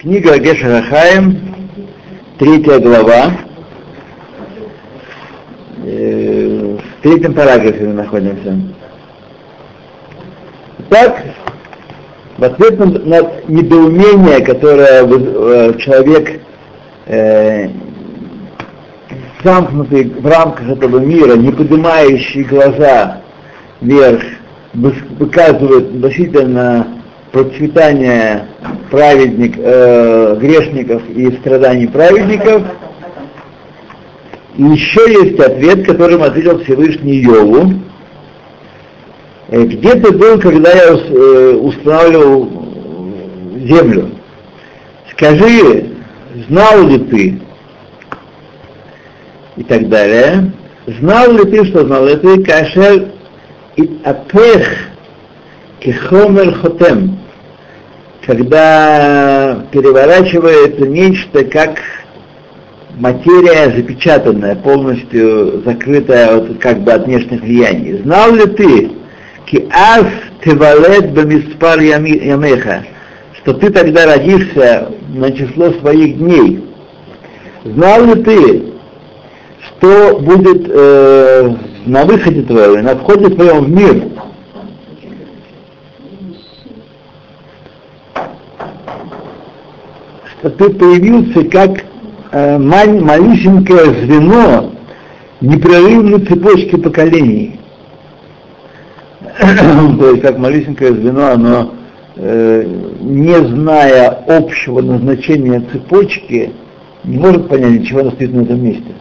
Книга Гешер ха-Хаим, 3 глава, в 3 параграфе мы находимся. Так, в ответ на недоумение, которое человек, замкнутый в рамках этого мира, не поднимающий глаза вверх, выказывает относительно процветания грешников и страданий праведников. И еще есть ответ, которым ответил Всевышний Йову. Где ты был, когда я устанавливал землю? Скажи, знал ли ты? И так далее. Знал ли ты, что знал ли ты? Кашер и апех кехомер хотем. Когда переворачивается нечто, как материя запечатанная, полностью закрытая как бы от внешних влияний. Знал ли ты, ки аз тевалет бамиспар ямеха, что ты тогда родишься на число своих дней? Знал ли ты, что будет на выходе твоем, на входе твоем в мир? Что ты появился как малюсенькое звено непрерывной цепочки поколений. То есть как малюсенькое звено, оно, не зная общего назначения цепочки, не может понять, ничего оно стоит на этом месте.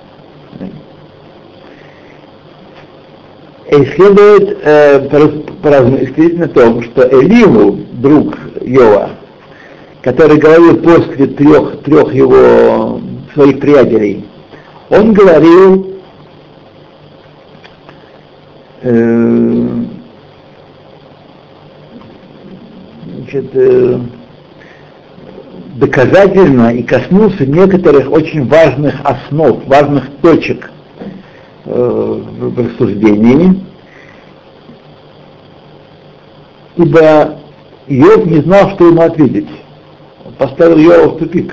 И следует исключительно том, что Элигу, друг Йова, который говорил после трех его своих приятелей, он говорил доказательно и коснулся некоторых очень важных основ, важных точек в рассуждении, ибо Йов не знал, что ему ответить. Он поставил Йова в тупик.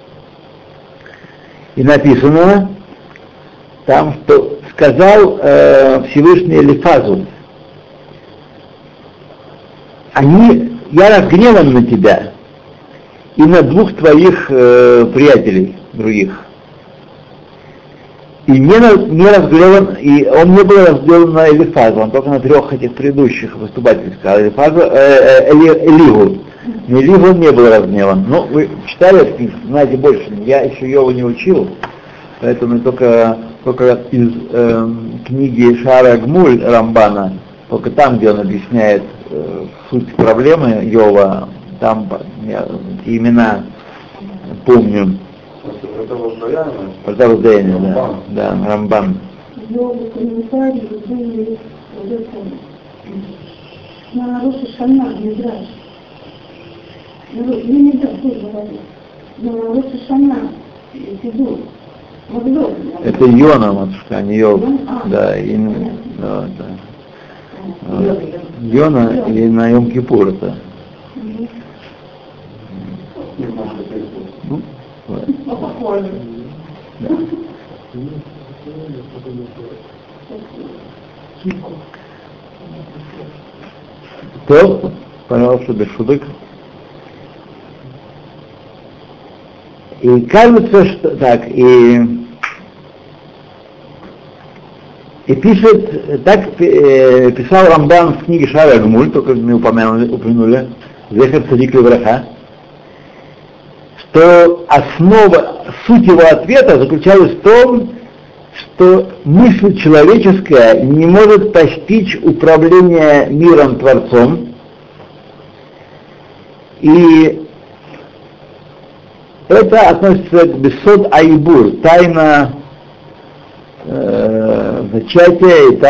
И написано там, что сказал Всевышний Элифазу: я разгневан на тебя и на двух твоих приятелей других. И не разгневан, и он не был разгневан на Элифазу, он только на 3 этих предыдущих выступателей сказал. Элигу. На Элигу он не был разгневан. Ну, вы читали эту книгу, знаете больше. Я еще Йову не учил, поэтому только из книги Шаара Гмуль Рамбана, только там, где он объясняет суть проблемы Йова, там я имена помню. Противостояние, да, Рамбан. Йову комментарии были на Рош ха-Шана, Мидраш. Не Мидраш, тоже говорил. На Рош ха-Шана, Сидур. Это Йона, матушка, а не Йов. Да, Йона и на Йом-Кипур это. Да. То, пожалуйста, без шуток. И кажется, что так, и пишет, так писал Рамбан в книге Шаара Гмуль, только мы упомянули, Зехер Цадик Левраха, что суть его ответа заключалась в том, что мысль человеческая не может постичь управление миром Творцом, и это относится к Бесод Айбур, тайна зачатия и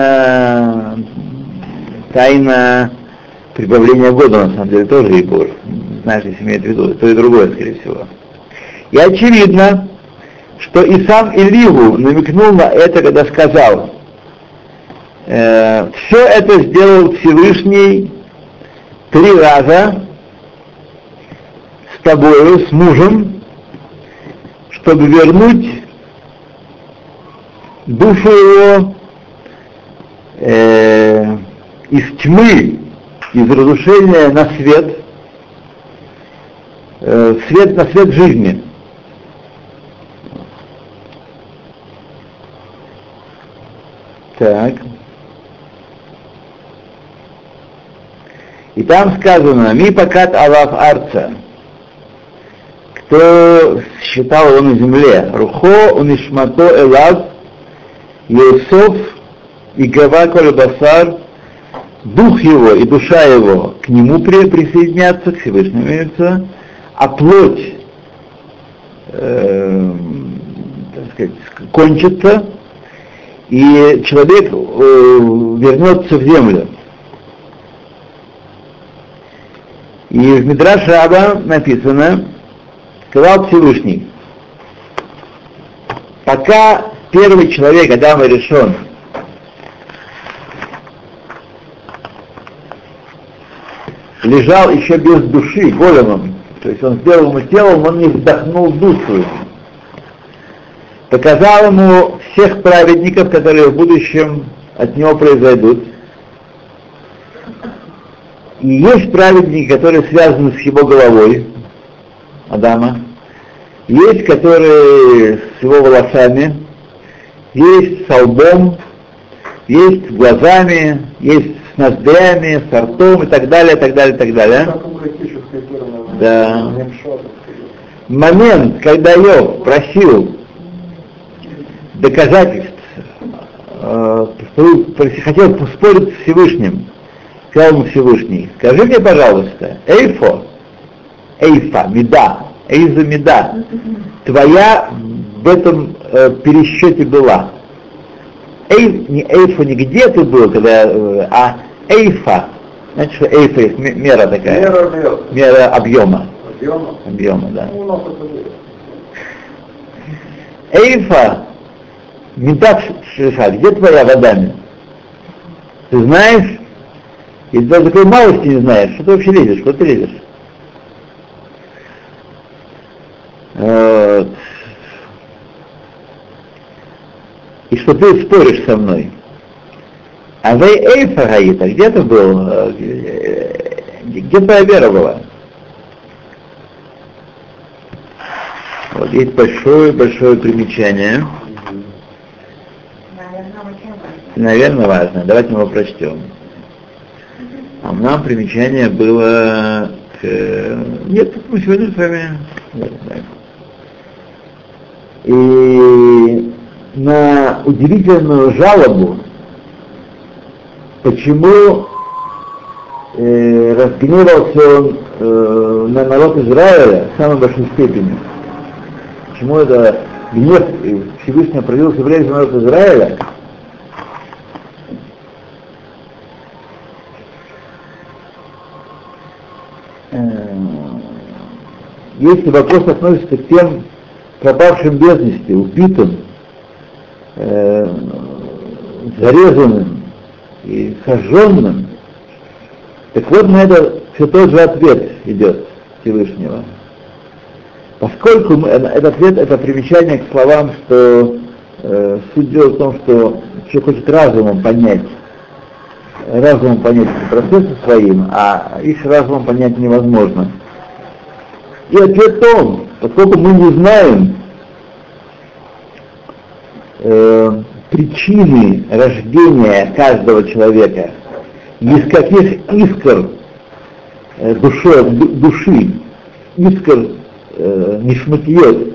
тайна прибавления года, на самом деле, тоже Айбур. Знаешь, если имеет в виду, то и другое, скорее всего. И очевидно, что и сам Элигу намекнул на это, когда сказал: все это сделал Всевышний 3 раза тобою, с мужем, чтобы вернуть душу его из тьмы, из разрушения на свет, на свет жизни. Так. И там сказано: «Ми пакат алав арца», кто считал его на земле, «Рухо унишмато элав Йосеф и гава коль басар», дух его и душа его к нему присоединятся, к Всевышнему имеются, а плоть, так сказать, кончится, и человек вернется в землю. И в Мидраш Раба написано, сказал Всевышний: пока первый человек, Адам решен, лежал еще без души, големом, то есть он сделал ему тело, но он не вдохнул душу, показал ему всех праведников, которые в будущем от него произойдут. И есть праведники, которые связаны с его головой, Адама, есть которые с его волосами, есть с лбом, есть с глазами, есть с ноздрями, с ртом и так далее, так далее, так далее. Да. Момент, когда Йов просил доказательств, хотел поспорить с Всевышним, сказал ему Всевышний: скажи мне, пожалуйста, эйфа, меда, эйза меда, твоя в этом пересчете была. Не эйфа, не где ты был, когда, а эйфа. Знаете, что эйфа есть мера такая? Мера объема. Объема, да. Эйфа, меда шиша, где твоя вода? Ты знаешь? И ты даже такой малости не знаешь, что ты вообще лезешь, что ты лезешь? Вот. И что ты споришь со мной. А вы эйфа гаита, где ты был? Где твоя вера была? Вот есть большое примечание. Наверное, важно. Давайте мы его прочтем. А нам примечание было нет, мы сегодня с вами. И на удивительную жалобу, почему разгневался он на народ Израиля в самой большой степени. Почему это гнев Всевышний проявился в время народа Израиля? Если вопрос относится к тем пропавшим без вести, убитым, зарезанным и сожженным, так вот на это все тот же ответ идет Всевышнего. Поскольку этот ответ — это примечание к словам, что суть дела в том, что человек хочет разумом понять эти процессы своим, а их разумом понять невозможно. И ответ в том, поскольку мы не знаем причины рождения каждого человека, из каких искр души, искр нишматиот,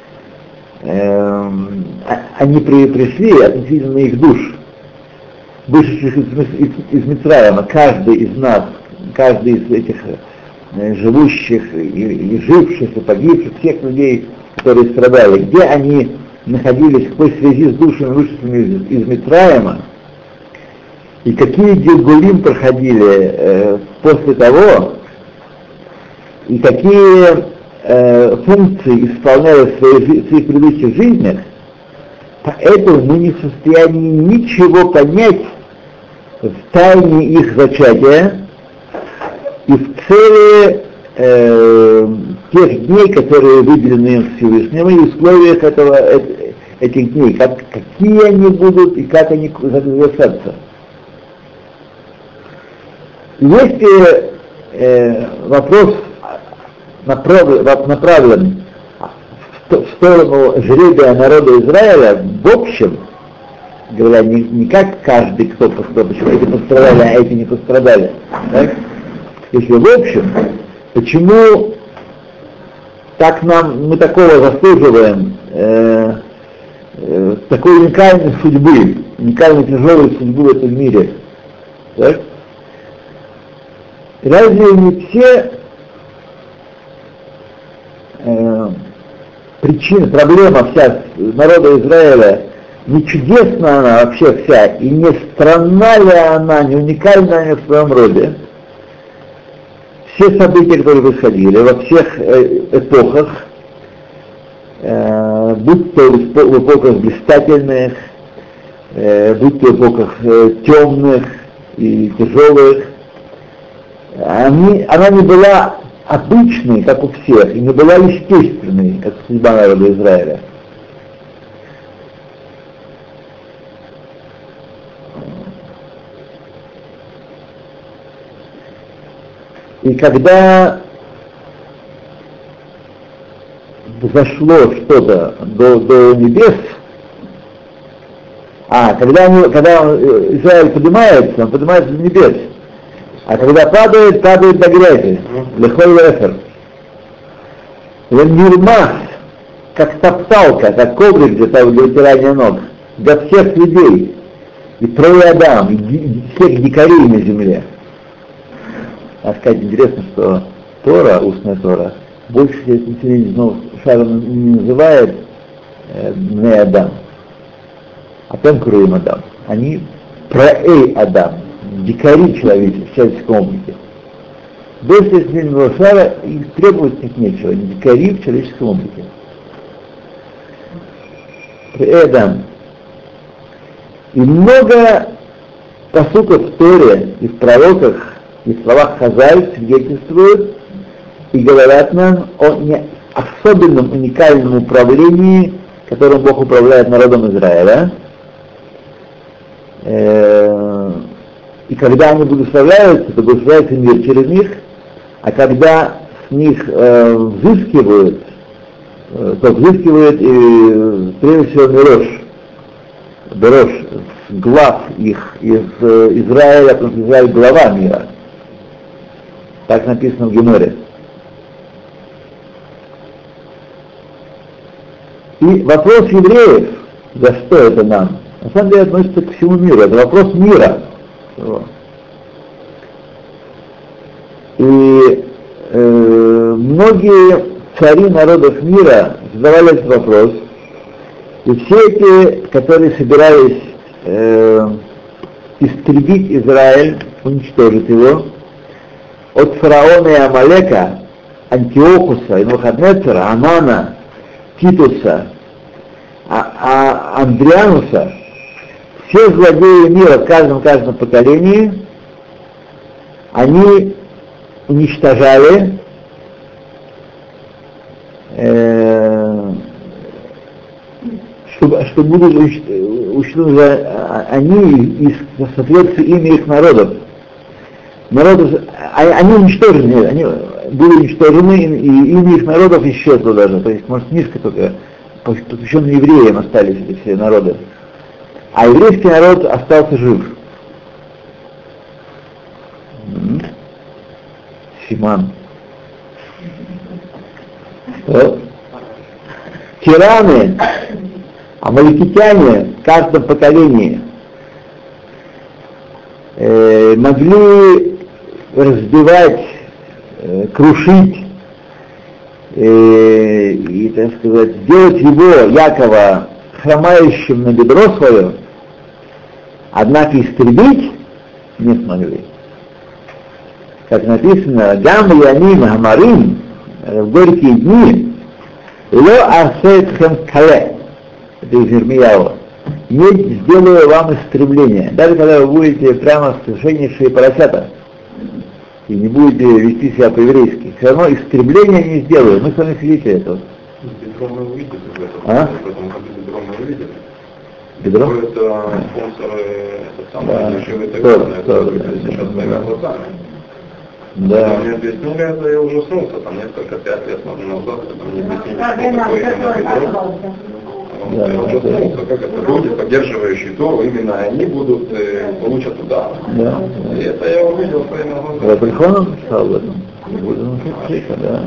они пришли относительно их душ, вышедших из Мицраима. Каждый из нас, каждый из этих живущих и живших, и погибших, всех людей, которые страдали, где они находились, в какой связи с душами, вышедшими из Мицраима, и какие гилгулим проходили после того, и какие функции исполняли в своих предыдущих жизнях, поэтому мы не в состоянии ничего понять в тайне их зачатия и в цели тех дней, которые выделены им Всевышним, и условиях этих дней, какие они будут и как они завершатся. Если вопрос направлен в сторону жребия народа Израиля, в общем, говоря, не как каждый, кто пострадал, почему эти пострадали, а эти не пострадали. Так? Если в общем, почему так мы такого заслуживаем, такой уникальной судьбы, уникальной тяжелой судьбы в этом мире? Так? Разве не все причины, проблема вся народа Израиля, не чудесна она вообще вся, и не странна ли она, не уникальна она в своем роде? Все события, которые происходили во всех эпохах, будь то в эпохах блистательных, будь то в эпохах темных и тяжелых, она не была обычной, как у всех, и не была естественной, как судьба народа Израиля. И когда зашло что-то до небес, когда Израиль поднимается, он поднимается до небес, а когда падает до грязи, лехой лефер. Нирмас, как топталка, как коврик для вытирания ног, для всех людей, и трое Адам, и всех дикарей на земле. А сказать, интересно, что Тора, устная Тора, больше Шарон не называет Бней Адам, а Пенкуруим Адам. Они Праэй Адам, дикари в человеческом облике. Больше измененного шара и требовать от них нечего, они дикари в человеческом облике. Праэй Адам. И много пасуков в Торе и в пророках и в словах Хазаль свидетельствуют и говорят нам о особенном уникальном управлении, которым Бог управляет народом Израиля. И когда они благословляются, то благословляется мир через них, а когда с них взыскивают, то взыскивают и прежде всего Берош с глав их из Израиля, потому что Израиль глава мира. Так написано в Геморе. И вопрос евреев, за что это нам, на самом деле относится к всему миру, это вопрос мира. И многие цари народов мира задавали этот вопрос, и все эти, которые собирались истребить Израиль, уничтожить его, от фараона и Амалека, Антиохуса, Навуходоносора, Амана, Титуса, Андриануса, все злодеи мира в каждом поколении, они уничтожали что будут уничтожены они и соответственно имя их народов. Они уничтожены, они были уничтожены, и имя их народов исчезло даже. То есть, может, книжка только посвященная евреям остались эти все народы. А еврейский народ остался жив. Симан. Тираны, амаликитяне в каждом поколении могли разбивать, крушить и, так сказать, сделать его, Якова, хромающим на бедро свое, однако истребить не смогли. Как написано, «Гам яним хамарим», в горькие дни, «Ло асейтхем кале», это из Ирмияу, «Не сделаю вам истребление», даже когда вы будете прямо совершеннейшие поросята. и не будете вести себя по-еврейски, все равно истребления не сделаю. Мы с вами свидетели этого. Бедро мы увидели в этом. А? В этом году бедро мы увидели. Бедро? Это спонсоры, это самое дешевое и так Да, далее. да, Это да, сейчас да, моими да. глазами. Да. Когда мне объяснили это, я ужаснулся, там несколько, 5 лет назад, когда мне объяснили, что такое именно бедро. Да, Я ужаснулся, как это люди, поддерживающие Тору, именно они будут, получат удар. Да. И это я увидел своими глазами. Рабельхон написал об этом. Да.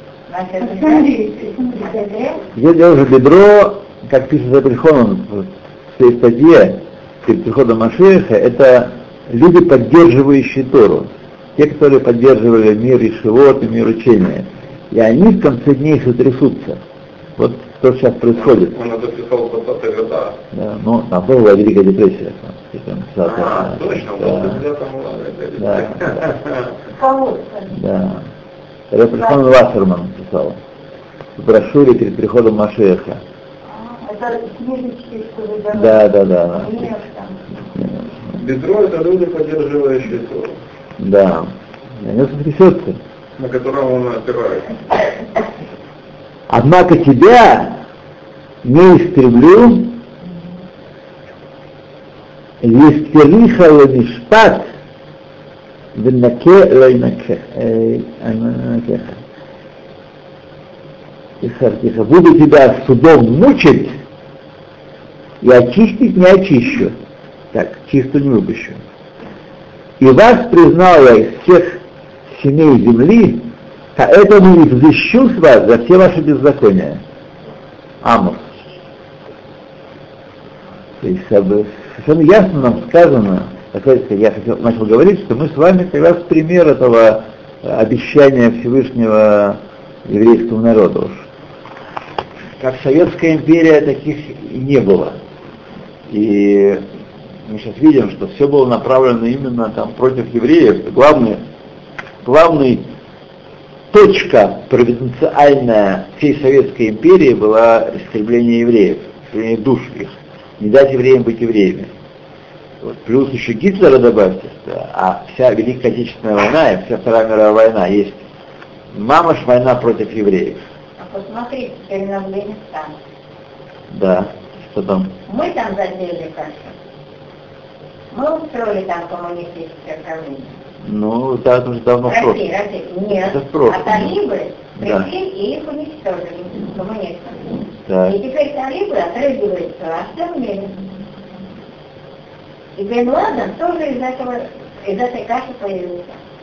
Я делал же бедро, как пишет Рабельхон в своей статье, перед приходом Машиаха, это люди, поддерживающие Тору. Те, которые поддерживали мир и шивот, и мир учения. И они в конце дней сотрясутся. Вот то, что сейчас происходит. Он это писал в 20-е годы. Да, ну, там тоже была Великая депрессия. Точно, да. Да. Рабельхон Вассерман писал в брошюре перед приходом Машиаха. Это книжечки, что вы Да. Бедро это люди, поддерживающие Тору. Да. И они сотрясется. На которого он опирается. Однако тебя не истреблю, листериха ламишпат, веннаке лайнакеха. Тихо. Буду тебя судом мучить и очистить не очищу. Так, чисто не выпущу. И вас признал я из всех семей земли, поэтому и взыщу с вас за все ваши беззакония. Амос. То есть, совершенно ясно нам сказано, я начал говорить, что мы с вами как раз пример этого обещания Всевышнего еврейскому народу. Как Советская империя таких и не было. И мы сейчас видим, что все было направлено именно там против евреев. Главная точка провинциальная всей Советской империи была истребление евреев, истребление душ их, не дать евреям быть евреями. Вот. Плюс еще Гитлера добавьте, а вся Великая Отечественная война и вся Вторая мировая война есть мамаш война против евреев. А посмотрите, теперь на Афганистан. Да, что там? Мы там задели кашу. Мы устроили там коммунистическое правление. Ну, да, это уже давно в прошлом. Россия. Нет. Это в прошлом. А талибы Да. пришли и их уничтожили, коммунистов. Да. И теперь талибы отрыгиваются во всем мире. И Бен Ладен тоже из этой каши появился.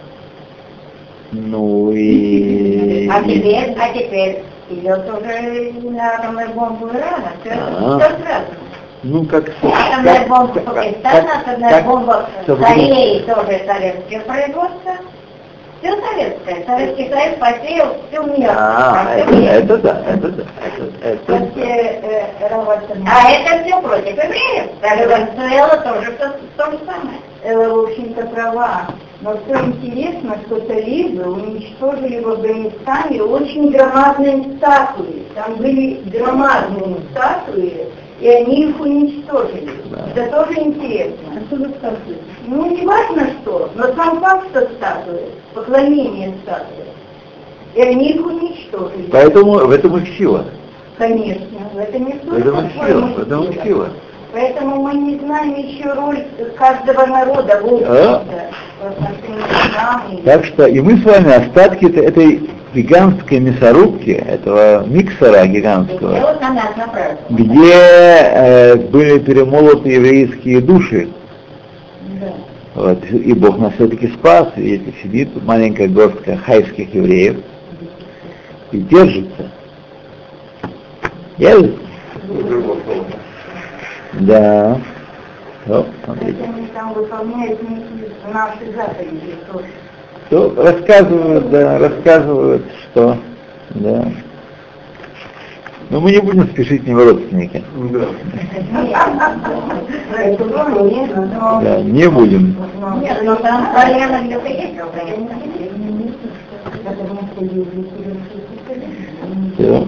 Ну и... А теперь идет уже на атомную бомбу Ирана. Все сразу. Ну, как... Атомная бомба Пакистана, атомная бомба Кореи, тоже советское производство. Все советское. Советский Союз посеял всю мир. Это да. А это все против евреев. Венесуэла тоже то же самое. Элла, в общем-то, права. Но все интересно, что талибы уничтожили в Афганистане очень громадные статуи. Там были громадные статуи, и они их уничтожили. Да. Это тоже интересно. А что за статуи? Ну, не важно что, но сам факт, что статуи, поклонение статуи. И они их уничтожили. Поэтому в этом их сила. Конечно, в этом и В этом их сила. Поэтому мы не знаем еще роль каждого народа в обществе, в отношении к нам. Так что и мы с вами остатки этой гигантской мясорубки, этого миксера гигантского, Вот на нас направили. где были перемолоты еврейские души. Да. Вот, и Бог нас все-таки спас, и сидит маленькая горстка хайских евреев и держится. Держится? Да. Вот, смотрите. Они там выполняют наши заповеди тоже. То рассказывают, что, да. Но мы не будем спешить не в родственники. Да. Да, не будем. Нет, но там поляна где-то есть, конечно. Все.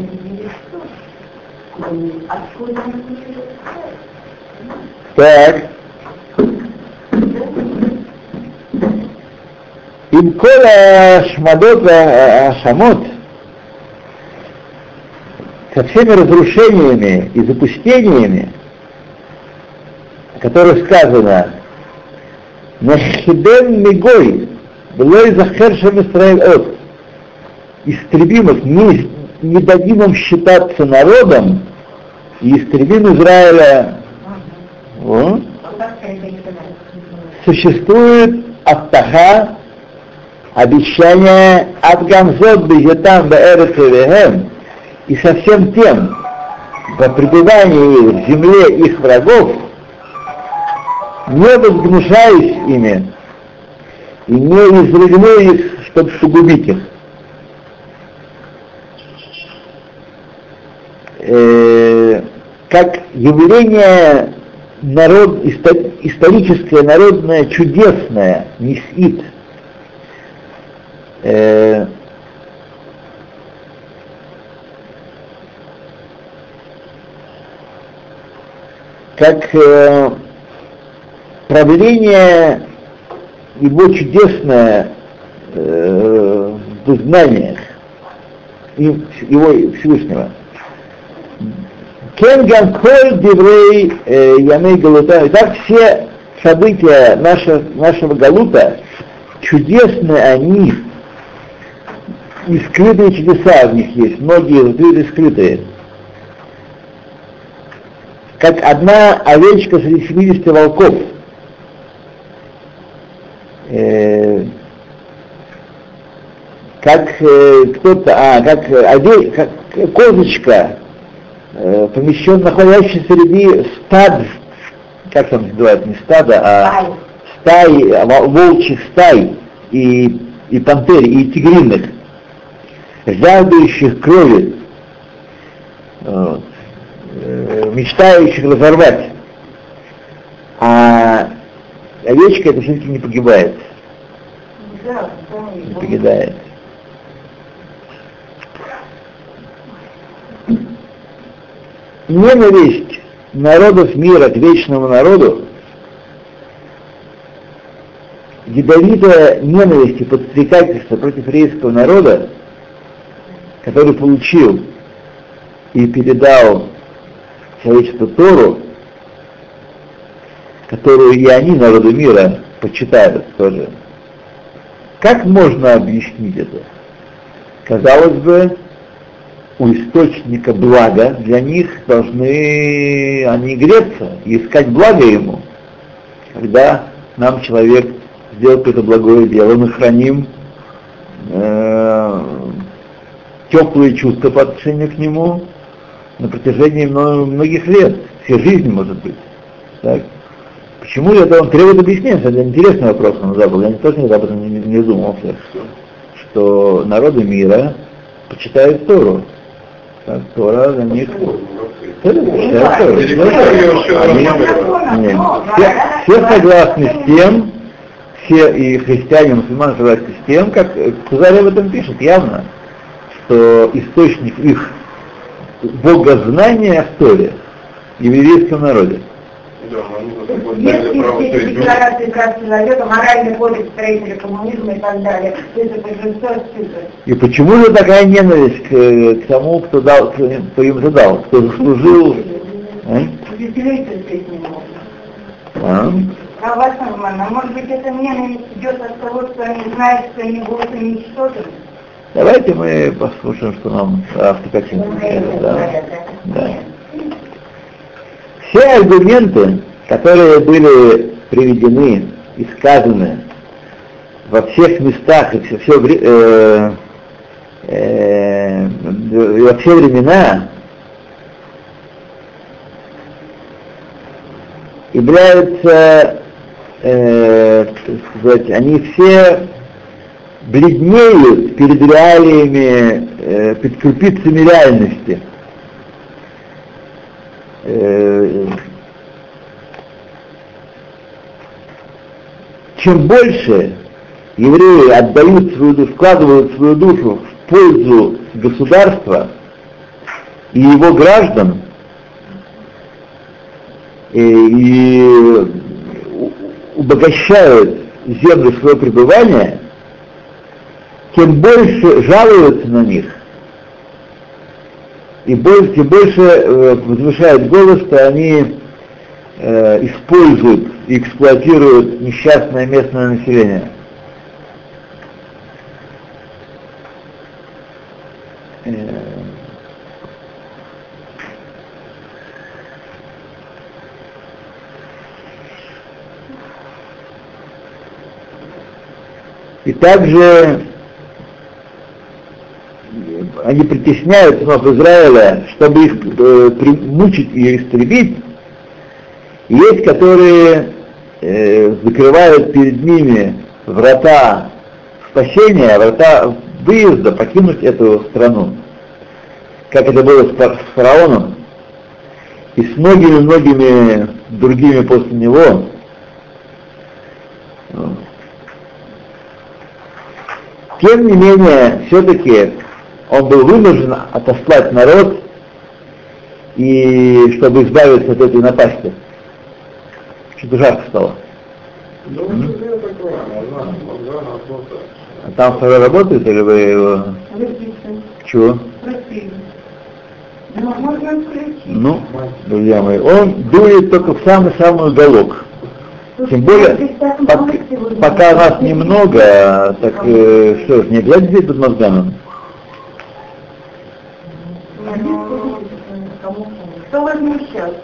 Так. Им кола шмадот ашамот, со всеми разрушениями и запустениями, о которых сказано «Нахиден мигой, блой захершем Исраэль от», истребим их, не дадим им считаться народом, и истребим Израиля. Вот. Существует Автаха, обещание от Гамзот Бежетам Беэрет Левехем, и со всем тем, по пребывании в земле их врагов, не возгнушаюсь ими и не изрыгну их, чтобы погубить их. Как явление историческое, народное, чудесное, нисит, как правление его чудесное в знаниях его Всевышнего. Кенган коль деврей ямей галута. И так все события нашего галута, чудесные они, и скрытые чудеса в них есть, многие скрытые. Как одна овечка среди 70 волков. Как козочка, находящаяся среди стад, как там называют, не стада, а стай, волчьих стай и пантер, и тигриных, жаждущих крови, мечтающих разорвать. А овечка это все-таки не погибает. Не погибает. Ненависть народов мира к вечному народу, ядовитая ненависть и подстрекательство против еврейского народа, который получил и передал человечеству Тору, которую и они, народы мира, почитают тоже. Как можно объяснить это? Казалось бы, у источника блага для них должны они греться и искать благо ему. Когда нам человек сделал какое-то благое дело, мы храним теплые чувства по отношению к нему на протяжении многих лет, всей жизни, может быть. Так? Почему это он требует объяснения? Это интересный вопрос он задал. Я тоже никогда об этом не задумывался, что народы мира почитают Тору. Так, Тора для них... Все согласны с тем, все и христиане, и мусульмане согласны с тем, как Кузарь об этом пишет явно, что источник их богознания в Торе и в еврейском народе. Есть декларации прав человека, моральный кодекс строителя коммунизма и так далее. Это большинство отсюда. И почему же такая ненависть к тому, кто им задал, кто заслужил? Может быть, эта ненависть идет от того, что они знают, что они будут уничтожены? Давайте мы послушаем, что нам автокатин говорит. Да. Все аргументы, которые были приведены и сказаны во всех местах и во все времена, являются, они все бледнеют перед реалиями, перед крупицами реальности. Чем больше евреи отдают свою душу, вкладывают свою душу в пользу государства и его граждан, и обогащают землю своего пребывания, тем больше жалуются на них, и тем больше возвышают голос, что они используют и эксплуатируют несчастное местное население. И также они притесняют сынов Израиля, чтобы их мучить и истребить. Есть, которые закрывают перед ними врата спасения, врата выезда, покинуть эту страну. Как это было с фараоном и с многими-многими другими после него. Тем не менее, все-таки он был вынужден отослать народ, и чтобы избавиться от этой напасти. Что-то жарко стало. А там второй работает, или вы его... Чего? Ну, друзья мои, он дует только в самый-самый уголок. Тем более, пока нас немного, так что ж, не обязательно здесь под мозганом. Кто возмущался?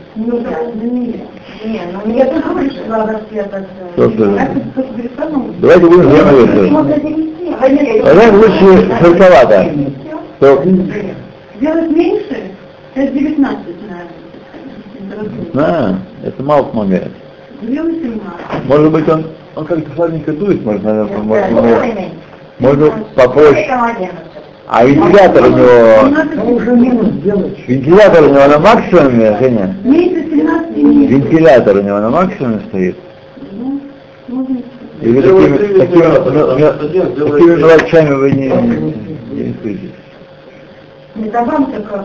Не, ну я тоже пришла в ответ. Давайте будем занавешивать. Давай лучше широковато. Сделать меньше? Это 19, наверное. Это мало помогает. Может быть, он как-то слабенько дует, можно попроще. А вентилятор у него на максимуме, Женя? Вентилятор у него на максимуме стоит? Или такими мелочами вы не слышите? Не за вам только,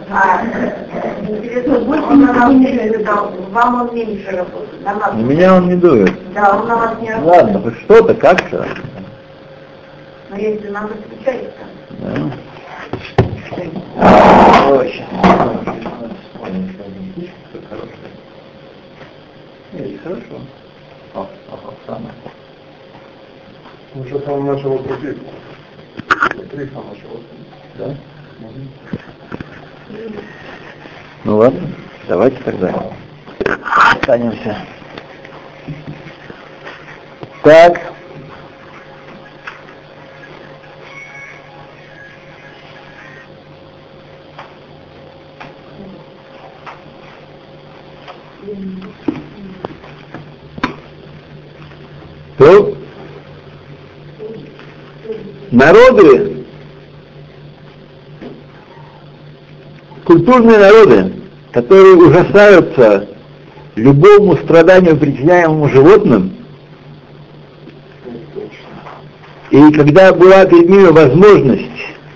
вам он меньше работает. На меня он не дует. Да, он на вас не работает. Ладно, хоть что-то, как-то. Но если надо встречаться. Да. Хорошо. Ну что там нашего крутить? Да? Ну ладно, давайте тогда останемся. Так. То народы, культурные народы, которые ужасаются любому страданию, причиняемому животным, и когда была перед ними возможность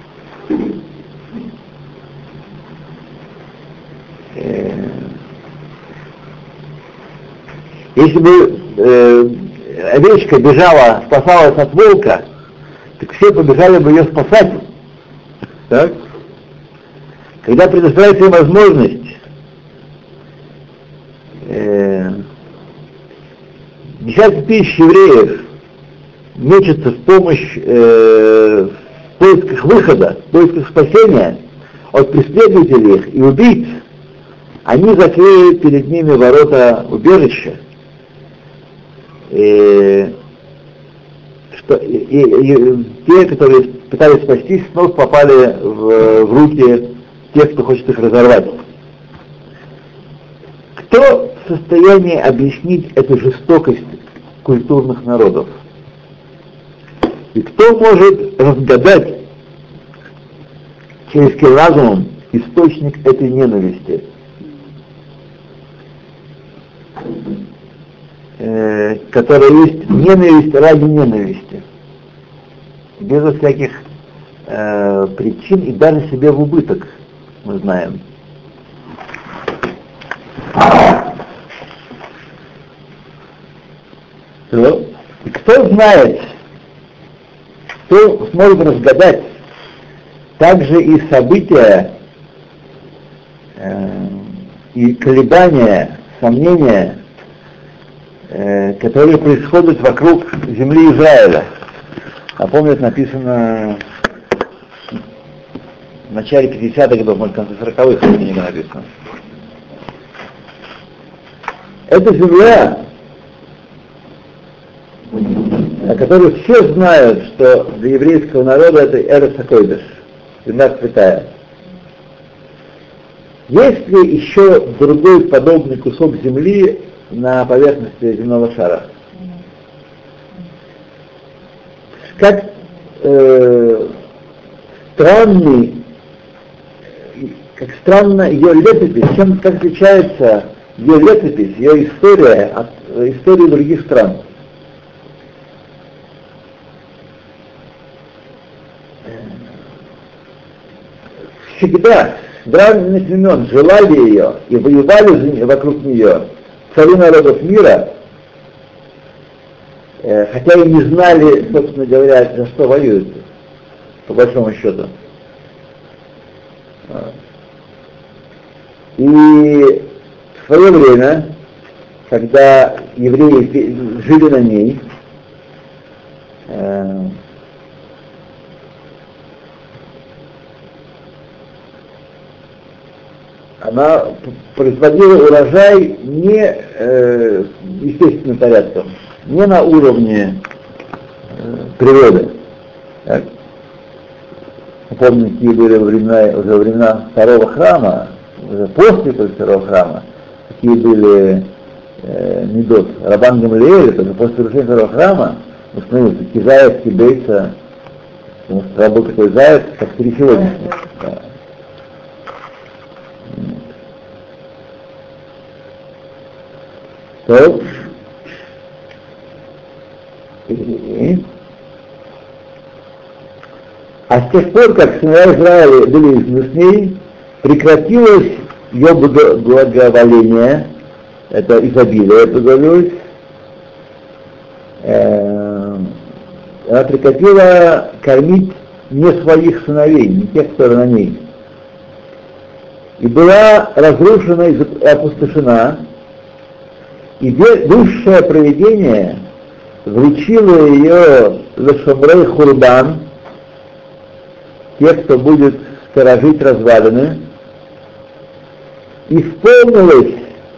если бы овечка бежала, спасалась от волка, так все побежали бы ее спасать. Так? Когда предоставляется им возможность десятки тысяч евреев мечутся в помощь в поисках выхода, в поисках спасения от преследователей их и убийц, они закрыли перед ними ворота убежища. И те, которые пытались спастись, снова попали в руки тех, кто хочет их разорвать. Кто в состоянии объяснить эту жестокость культурных народов? И кто может разгадать человеческим разумом источник этой ненависти? Которая есть ненависть ради ненависти, безо всяких причин и даже себе в убыток, мы знаем. И кто знает, кто сможет разгадать также и события, и колебания, сомнения, которые происходят вокруг земли Израиля. А помню, это написано в начале 50-х годов, может, в конце 40-х книга написано. Эта земля, о которой все знают, что для еврейского народа это Эрец ха-Койдеш, земля святая. Есть ли еще другой подобный кусок земли на поверхности земного шара? Как странно ее летопись, как отличается ее летопись, ее история от истории других стран. Всегда с древних времен желали ее и воевали вокруг нее цари народов мира, хотя и не знали, собственно говоря, за что воюют, по большому счету. И в свое время, когда евреи жили на ней, она производила урожай не естественным порядком, не на уровне природы. Так? Помните, какие были уже времена второго храма, уже после второго храма, какие были медот. Рабан Гамлиэль, только после разрушения второго храма, установил, что кизаев, кибейца, потому что тогда был такой заяц, как 3 сегодняшних. Да. То, а с тех пор, как сыновья Израиля были известны, прекратилось ее благоволение, это изобилие, это говорилось, она прекратила кормить не своих сыновей, не тех, которые на ней, и была разрушена и опустошена, и высшее провидение вручило ее лешомрей хурбан, тех, кто будет сторожить развалины, исполнилось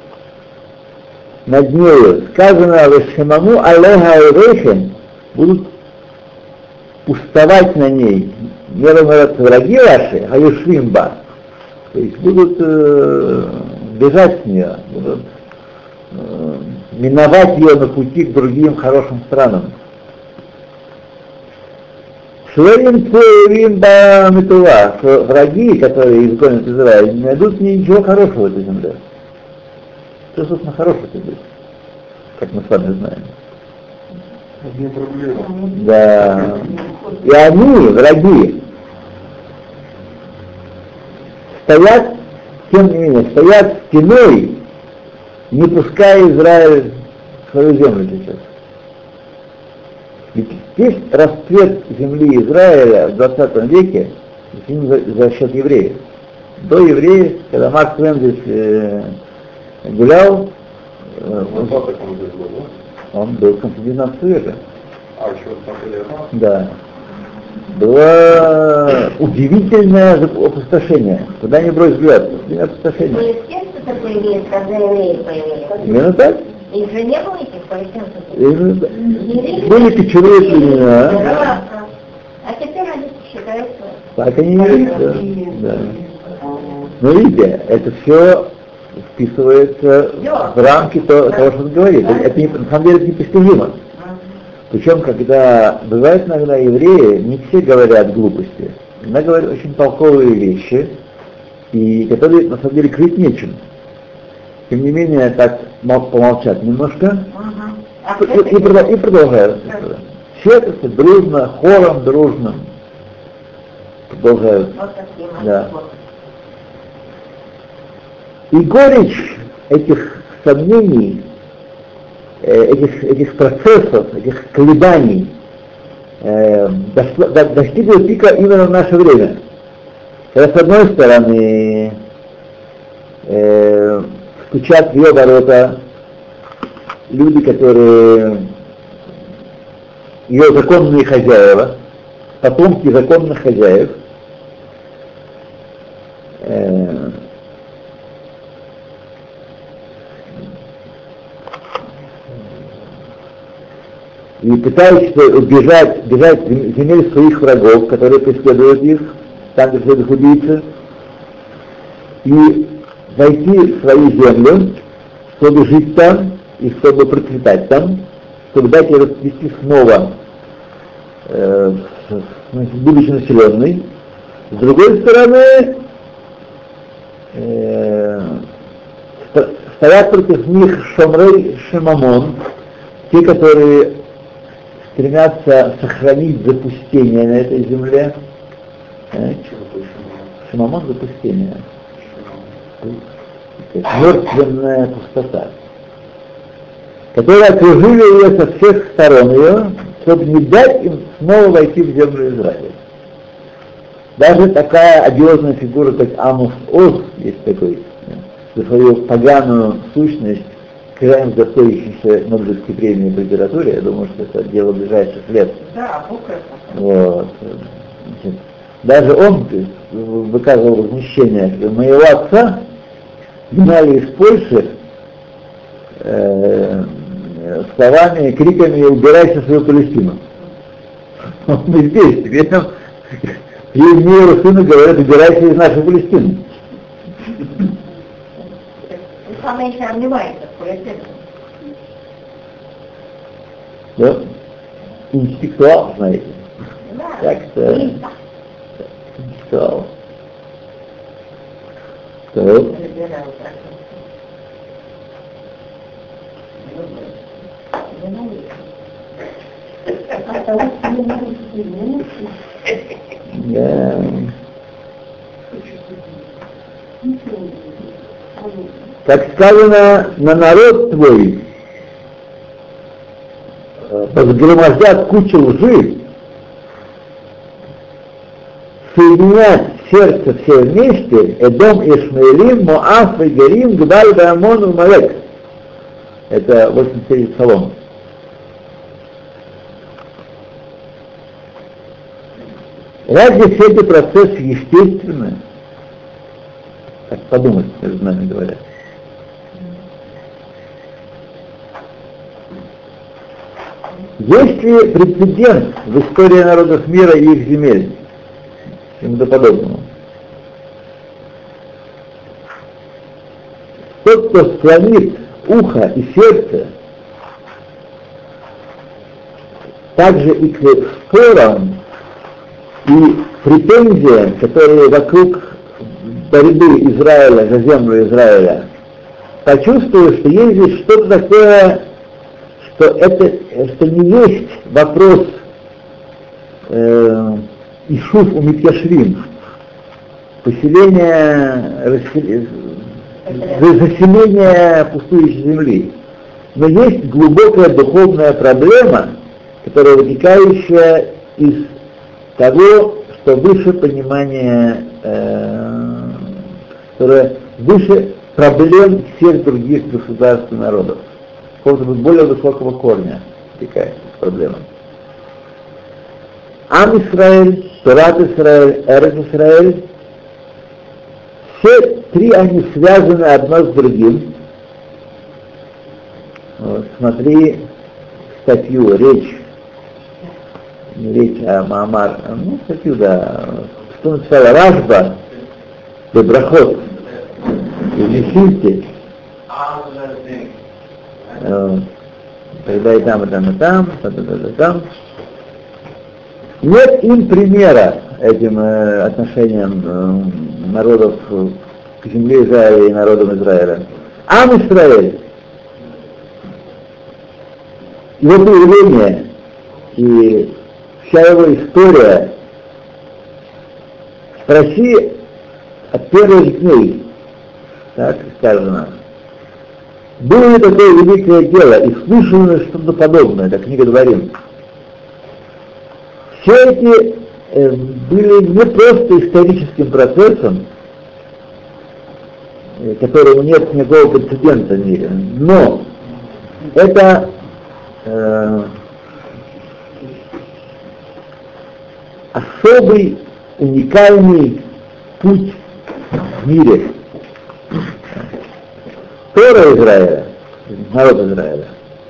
над нею сказано «Вешеману алеха эвейхем», будут уставать на ней не враги ваши, а юшвимба, то есть будут бежать с нее, будут миновать ее на пути к другим хорошим странам. Враги, которые изгонят Израиль, не найдут в ней ничего хорошего в этой земле. Что, собственно, хорошего будет, как мы с вами знаем. Это не проблема. Да. И они, враги, стоят, тем не менее, стоят стеной, не пуская Израиль в свою землю сейчас. Ведь весь расцвет земли Израиля в 20 веке за счет евреев. До евреев, когда Марк Твен здесь гулял, он был в конце 19 века. А еще смотрели. Да. Было удивительное опустошение. Куда ни брось взгляд, опустошение. То есть тексты появились, когда евреи появились? Именно так. Их же не было этих палестинцев? Были ключевые племена. А теперь они считаются... Так они есть, да. Но видите, это все вписывается в рамки того, что он говорит. Это на самом деле это непостижимо. Причем, когда бывает иногда евреи, не все говорят глупости. Иногда говорят очень толковые вещи, и которые на самом деле крыть нечем. Тем не менее, так помолчат немножко и продолжают. Все это дружно, хором дружным продолжают. Да. И горечь этих сомнений, этих процессов, этих колебаний дошли до пика именно в наше время. Когда с одной стороны стучат в ее ворота люди, которые ее законные хозяева, потомки законных хозяев, и пытаются бежать земель своих врагов, которые преследуют их, там, где следуют убийцы, и войти в свою землю, чтобы жить там и чтобы процветать там, чтобы дать ей расцвести снова, будучи населенной. С другой стороны, стоят против них шомрей шемамон, те, которые стремятся сохранить запустение на этой земле. Шемамон — запустение. Мертвенная пустота, которые окружили ее со всех сторон ее, чтобы не дать им снова войти в землю Израиля. Даже такая одиозная фигура, как Амос Оз, есть такой, за свою поганую сущность, крайне достоящийся Нобелевской премии по литературе, я думаю, что это дело ближайших лет. Да, Букер. Вот. Даже он выказывал возмущение, что моего отца гнали из Польши словами, криками «убирайся в свою Палестину». Мы здесь, теперь нам его сыну говорят «убирайся из нашей Палестины». Он меньше обнимается в Палестину. Да? Интеллектуал, знаете. Так-то... Интеллектуал. Так. Да. Как сказано, на народ твой возгромождят кучу лжи, соединять сердце все вместе, Эдом, Ишмаэлим, Моав, Вегерим, Гбаль, Беамон, Умалек. Это 83 Псалом. Разве все эти процессы естественны? Так подумать, между нами говоря. Есть ли прецедент в истории народов мира и их земель? Чему-то подобному. Тот, кто склонит ухо и сердце, также и к спорам и претензиям, которые вокруг борьбы Израиля за землю Израиля, почувствует, что есть здесь что-то такое, что не есть вопрос Ишуф у Митьяшвим, заселение пустующей земли. Но есть глубокая духовная проблема, которая вытекающая из того, что выше понимания, которое выше проблем всех других государств и народов. Какого-то более высокого корня вытекает проблема. Ам Исраэль, Торат Исраэль, Эрес Исраэль, все три они связаны одно с другим. Вот, смотри статью, не речь, а Маамар, статью, да, что написала Рашба, Бебрахот, в Мишильте, когда и там, и там, и там. Нет им примера этим отношениям народов к земле Израиля и народам Израиля. Ам Исраэль, его появление и вся его история, спроси от первых дней, так сказано, было ли такое великое дело и слышано ли что-то подобное, как книга Дворим. Все эти были не просто историческим процессом, которому нет никакого прецедента в мире, но это особый, уникальный путь в мире. Тора Израиля, народ Израиля,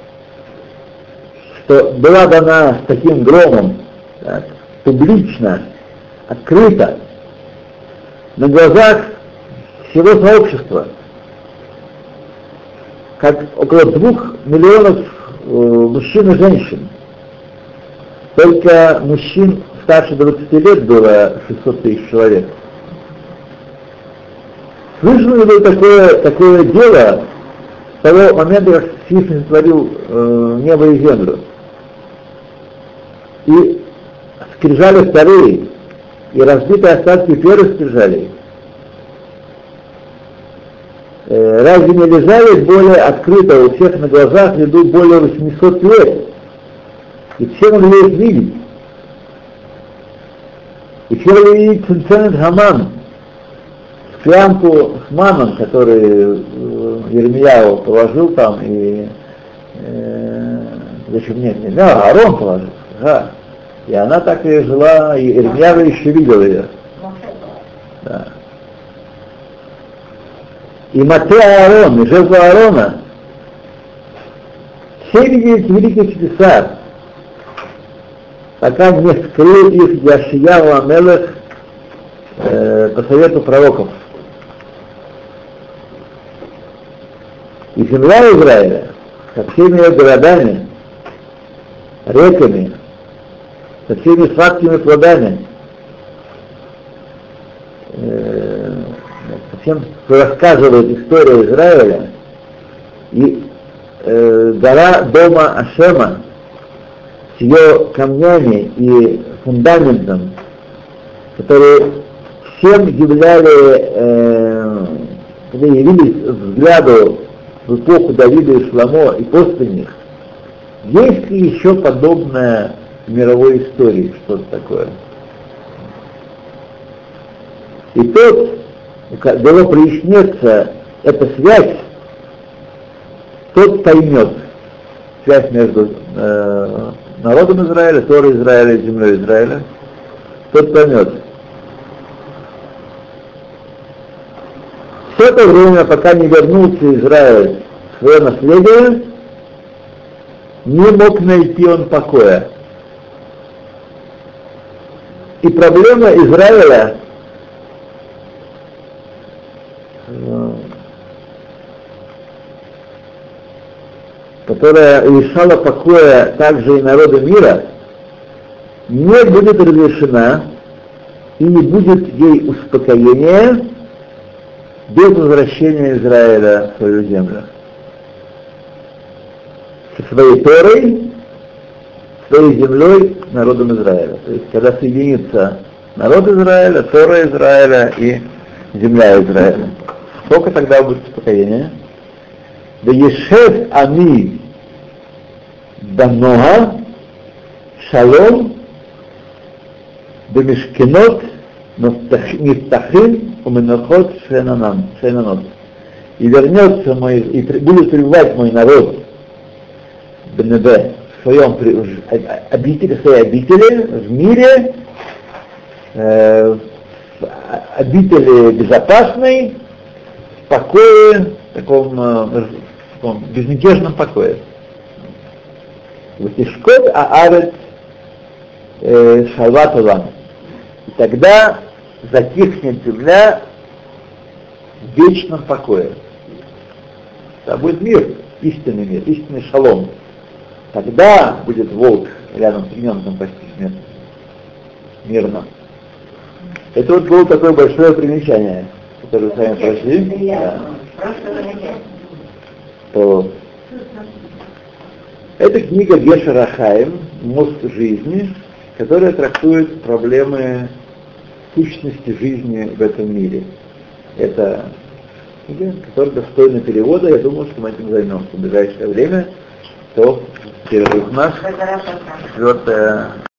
что была дана с таким громом, так, публично, открыто, на глазах всего сообщества, как около 2 миллионов мужчин и женщин. Только мужчин старше 20 лет было 600 тысяч человек. Слышно ли было такое дело с того момента, как Всевышний сотворил небо и землю? И скрижали вторые, и разбитые остатки первых скрижалей. Разве не лежали более открыто у всех на глазах в виду более 800 лет? И все могли их видеть. И все могли видеть Цинценет Хаман, склянку с маном, который Ермияу положил там, и зачем нет, не знаю, Аарон положил. Да. И она так и жила, и Ермияу еще видел ее. Да. И Мате Аарон, и жертва Аарона, все видели эти великие чудеса, пока не скрыл их Яшияу Амелех по совету пророков. И земля Израиля со всеми ее городами, реками, со всеми сладкими плодами, со всем, что рассказывает история Израиля, и гора дома Ашема с ее камнями и фундаментом, которые всем явились взгляду в эпоху Давида и Шломо и после них, есть ли еще подобное в мировой истории, что-то такое? И тот, когда прояснится эта связь, тот поймет связь между народом Израиля, Торой Израиля и землей Израиля, тот поймет. Все это время, пока не вернулся Израиль в свое наследие, не мог найти он покоя. И проблема Израиля, которая лишала покоя также и народа мира, не будет разрешена и не будет ей успокоения без возвращения Израиля в свою землю. Со своей Торой, своей землей, народом Израиля. То есть, когда соединится народ Израиля, Тора Израиля и земля Израиля. Сколько тогда будет успокоения? Да ешев ами даноа шалом бемешкенот мифтахим уменохот шенанот. И вернется мой, и будет пребывать мой народ Бенебе в своем обители, своей обители, в мире, в обители безопасной, в покое, таком безмятежном покое. Ватишкот аарец шалват улам. И тогда затихнет земля в вечном покое. Это будет мир, истинный шалом. Тогда будет волк рядом с ягненком пастись мирно. Это вот было такое большое примечание, которое вы сами прошли. Да. То это книга Гешер Ахаим, «Мост жизни», которая трактует проблемы сущности жизни в этом мире. Это книга, которая достойна перевода. Я думаю, что мы этим займемся в ближайшее время. То перерыв наш. 4